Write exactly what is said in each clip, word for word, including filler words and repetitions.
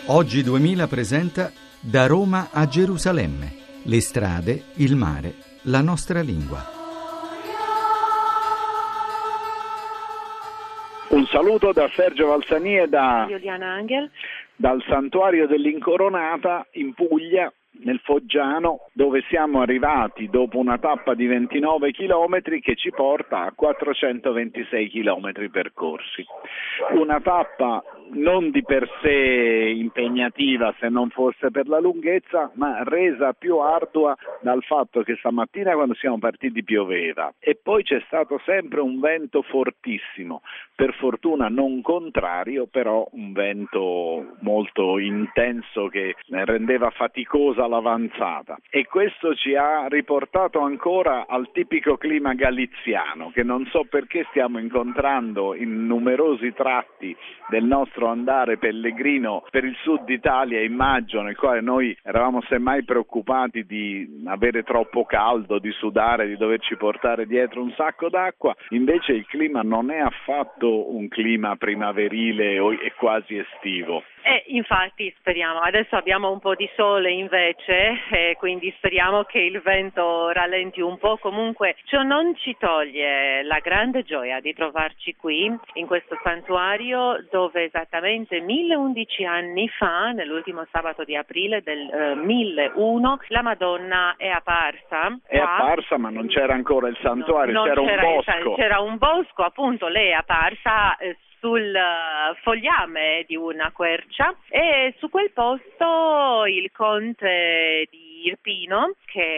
Oggi duemila presenta Da Roma a Gerusalemme. Le strade, il mare, la nostra lingua. Un saluto da Sergio Valsani e da Giuliana Angel dal Santuario dell'Incoronata in Puglia, nel Foggiano, dove siamo arrivati dopo una tappa di ventinove chilometri che ci porta a quattrocentoventisei chilometri percorsi. Una tappa non di per sé impegnativa se non fosse per la lunghezza, ma resa più ardua dal fatto che stamattina quando siamo partiti pioveva e poi c'è stato sempre un vento fortissimo, per fortuna non contrario, però un vento molto intenso che rendeva faticosa l'avanzata, e questo ci ha riportato ancora al tipico clima galiziano che non so perché stiamo incontrando in numerosi tratti del nostro andare pellegrino per il sud Italia in maggio, nel quale noi eravamo semmai preoccupati di avere troppo caldo, di sudare, di doverci portare dietro un sacco d'acqua. Invece il clima non è affatto un clima primaverile e quasi estivo. E infatti speriamo, adesso abbiamo un po' di sole invece, e quindi speriamo che il vento rallenti un po'. Comunque ciò non ci toglie la grande gioia di trovarci qui in questo santuario dove esattamente milleundici anni fa, nell'ultimo sabato di aprile del eh, milleuno, la Madonna è apparsa. È qua. apparsa, ma non c'era ancora il santuario, no, c'era, c'era un bosco. C'era un bosco, appunto, lei è apparsa eh, sul fogliame di una quercia, e su quel posto il conte di Irpino,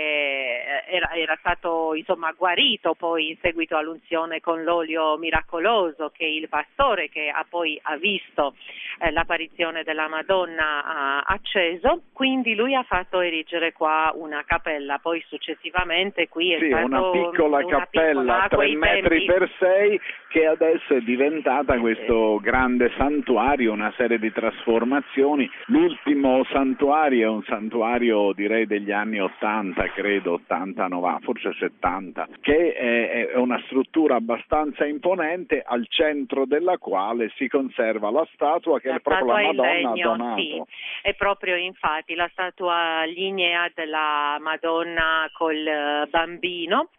che era, era stato insomma guarito poi in seguito all'unzione con l'olio miracoloso che il pastore che ha poi ha visto eh, l'apparizione della Madonna ha acceso, quindi lui ha fatto erigere qua una cappella. Poi successivamente qui è sì, stato una piccola una cappella piccola, tre metri tempi. per sei che adesso è diventata questo grande santuario, una serie di trasformazioni. L'ultimo santuario è un santuario direi degli anni ottanta, credo ottanta novanta, forse settanta, che è una struttura abbastanza imponente, al centro della quale si conserva la statua che la è proprio la Madonna legno, ha donato. Sì, è proprio infatti la statua lignea della Madonna col bambino,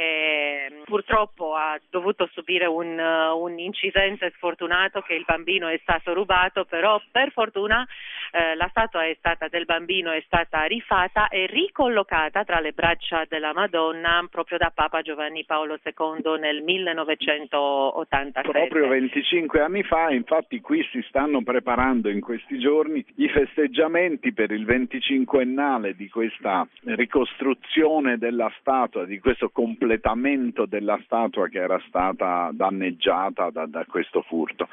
che purtroppo ha dovuto subire un, un incidente sfortunato, che il bambino è stato rubato, però per fortuna eh, la statua è stata del bambino è stata rifatta e ricollocata tra le braccia della Madonna proprio da Papa Giovanni Paolo secondo nel millenovecentottantasette. Proprio venticinque anni fa, infatti qui si stanno preparando in questi giorni i festeggiamenti per il venticinquennale di questa ricostruzione della statua, di questo completamento della statua che era stata danneggiata da, da questo furto.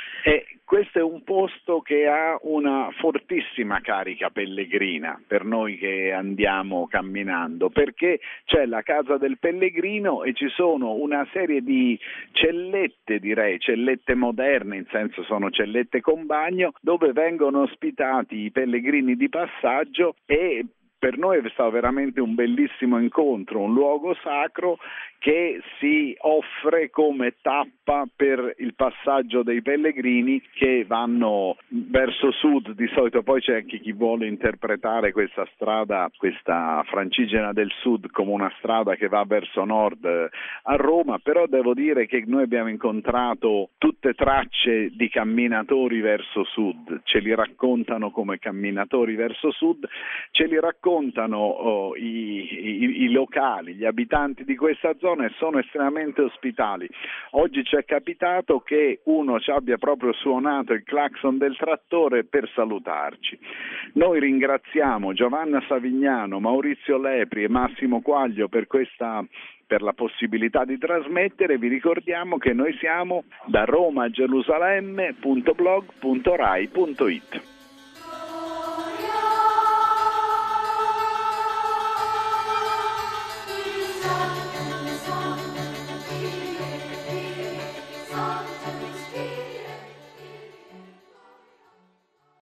E questo è un posto che ha una fortissima carica pellegrina per noi che andiamo camminando, perché c'è la casa del pellegrino e ci sono una serie di cellette, direi, cellette moderne, in senso sono cellette con bagno, dove vengono ospitati i pellegrini di passaggio, e per noi è stato veramente un bellissimo incontro, un luogo sacro che si offre come tappa per il passaggio dei pellegrini che vanno verso sud. Di solito poi c'è anche chi vuole interpretare questa strada, questa Francigena del Sud, come una strada che va verso nord a Roma, però devo dire che noi abbiamo incontrato tutte tracce di camminatori verso sud, ce li raccontano come camminatori verso sud, ce li raccontano oh, i, i, i locali, gli abitanti di questa zona, e sono estremamente ospitali. Oggi ci è capitato che uno ci abbia proprio suonato il clacson del trattore per salutarci. Noi ringraziamo Giovanna Savignano, Maurizio Lepri e Massimo Quaglio per questa per la possibilità di trasmettere. Vi ricordiamo che noi siamo da Roma a Gerusalemme punto blog punto rai punto it.